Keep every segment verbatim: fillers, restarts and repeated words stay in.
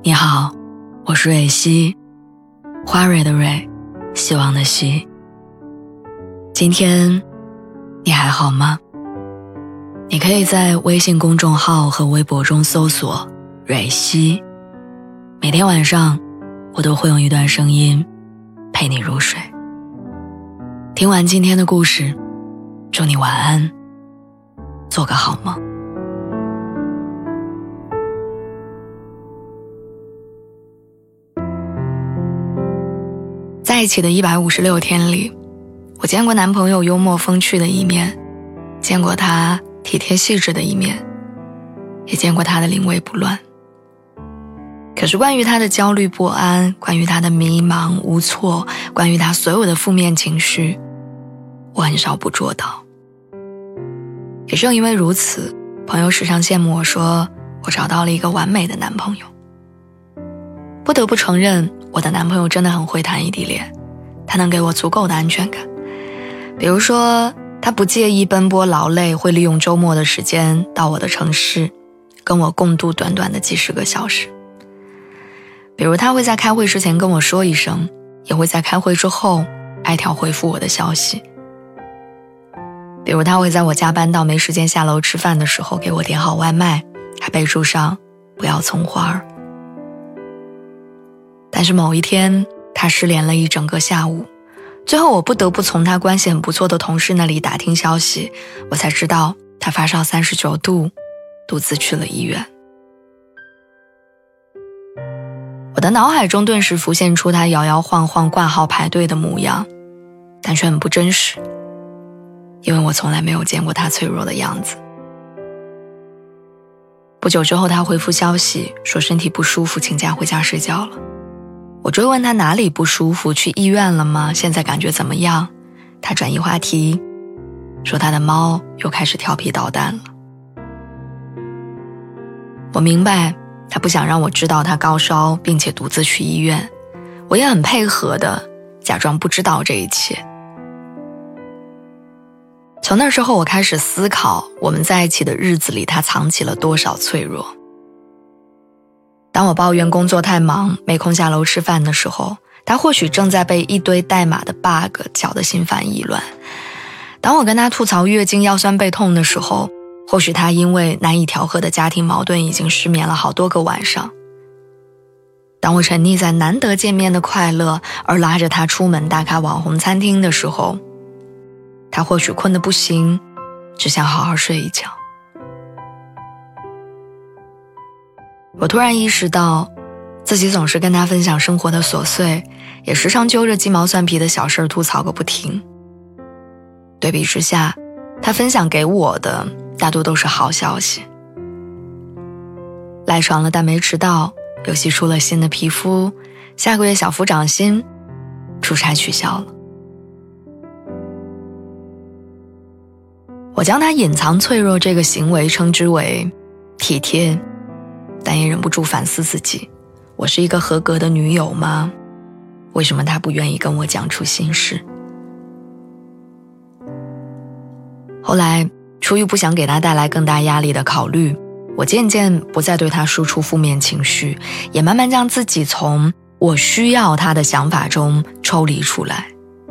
你好，我是蕊希，花蕊的蕊，希望的希。今天你还好吗？你可以在微信公众号和微博中搜索蕊希，每天晚上我都会用一段声音陪你入睡。听完今天的故事，祝你晚安，做个好梦。在一起的一百五十六天里，我见过男朋友幽默风趣的一面，见过他体贴细致的一面，也见过他的临危不乱。可是关于他的焦虑不安，关于他的迷茫无措，关于他所有的负面情绪，我很少捕捉到。也正因为如此，朋友时常羡慕我说我找到了一个完美的男朋友。不得不承认，我的男朋友真的很会谈异地恋，他能给我足够的安全感。比如说，他不介意奔波劳累，会利用周末的时间到我的城市，跟我共度短短的几十个小时。比如他会在开会之前跟我说一声，也会在开会之后挨条回复我的消息。比如他会在我加班到没时间下楼吃饭的时候给我点好外卖，还备注上不要葱花。但是某一天，他失联了一整个下午，最后我不得不从他关系很不错的同事那里打听消息，我才知道他发烧三十九度，独自去了医院。我的脑海中顿时浮现出他摇摇晃晃挂号排队的模样，但却很不真实，因为我从来没有见过他脆弱的样子。不久之后，他回复消息说身体不舒服，请假回家睡觉了。我追问他哪里不舒服，去医院了吗？现在感觉怎么样？他转移话题，说他的猫又开始调皮捣蛋了。我明白他不想让我知道他高烧，并且独自去医院，我也很配合的假装不知道这一切。从那时候，我开始思考我们在一起的日子里，他藏起了多少脆弱。当我抱怨工作太忙，没空下楼吃饭的时候，他或许正在被一堆代码的 bug 搅得心烦意乱。当我跟他吐槽月经腰酸背痛的时候，或许他因为难以调和的家庭矛盾已经失眠了好多个晚上。当我沉溺在难得见面的快乐而拉着他出门打卡网红餐厅的时候，他或许困得不行，只想好好睡一觉。我突然意识到，自己总是跟他分享生活的琐碎，也时常揪着鸡毛蒜皮的小事吐槽个不停。对比之下，他分享给我的大多都是好消息。赖床了但没迟到，游戏出了新的皮肤，下个月小幅涨薪，出差取消了。我将他隐藏脆弱这个行为称之为体贴，但也忍不住反思自己，我是一个合格的女友吗？为什么他不愿意跟我讲出心事？后来出于不想给他带来更大压力的考虑，我渐渐不再对他输出负面情绪，也慢慢将自己从我需要他的想法中抽离出来。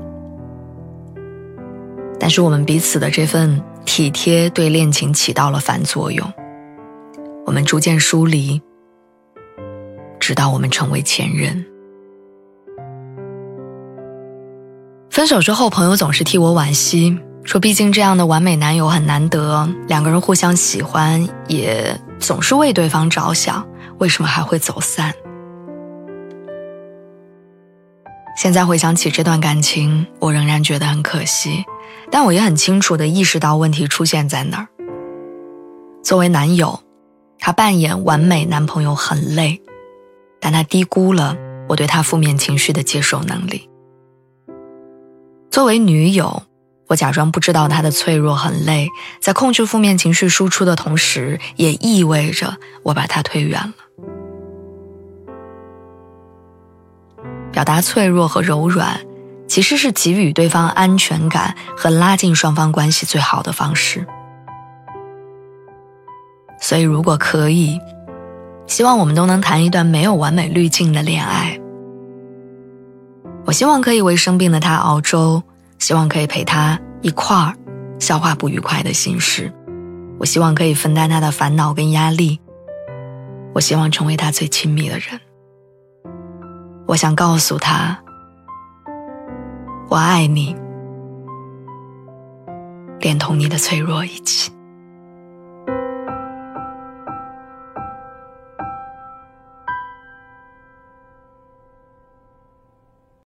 但是我们彼此的这份体贴对恋情起到了反作用，我们逐渐疏离，直到我们成为前任。分手之后，朋友总是替我惋惜，说毕竟这样的完美男友很难得，两个人互相喜欢，也总是为对方着想，为什么还会走散？现在回想起这段感情，我仍然觉得很可惜，但我也很清楚地意识到问题出现在哪儿。作为男友，他扮演完美男朋友很累，但他低估了我对他负面情绪的接受能力。作为女友，我假装不知道他的脆弱很累，在控制负面情绪输出的同时，也意味着我把他推远了。表达脆弱和柔软，其实是给予对方安全感和拉近双方关系最好的方式。所以如果可以， 希望我们都能谈一段没有完美滤镜的恋爱。我希望可以为生病的他熬粥，希望可以陪他一块儿消化不愉快的心事，我希望可以分担他的烦恼跟压力，我希望成为他最亲密的人。我想告诉他，我爱你，连同你的脆弱一起。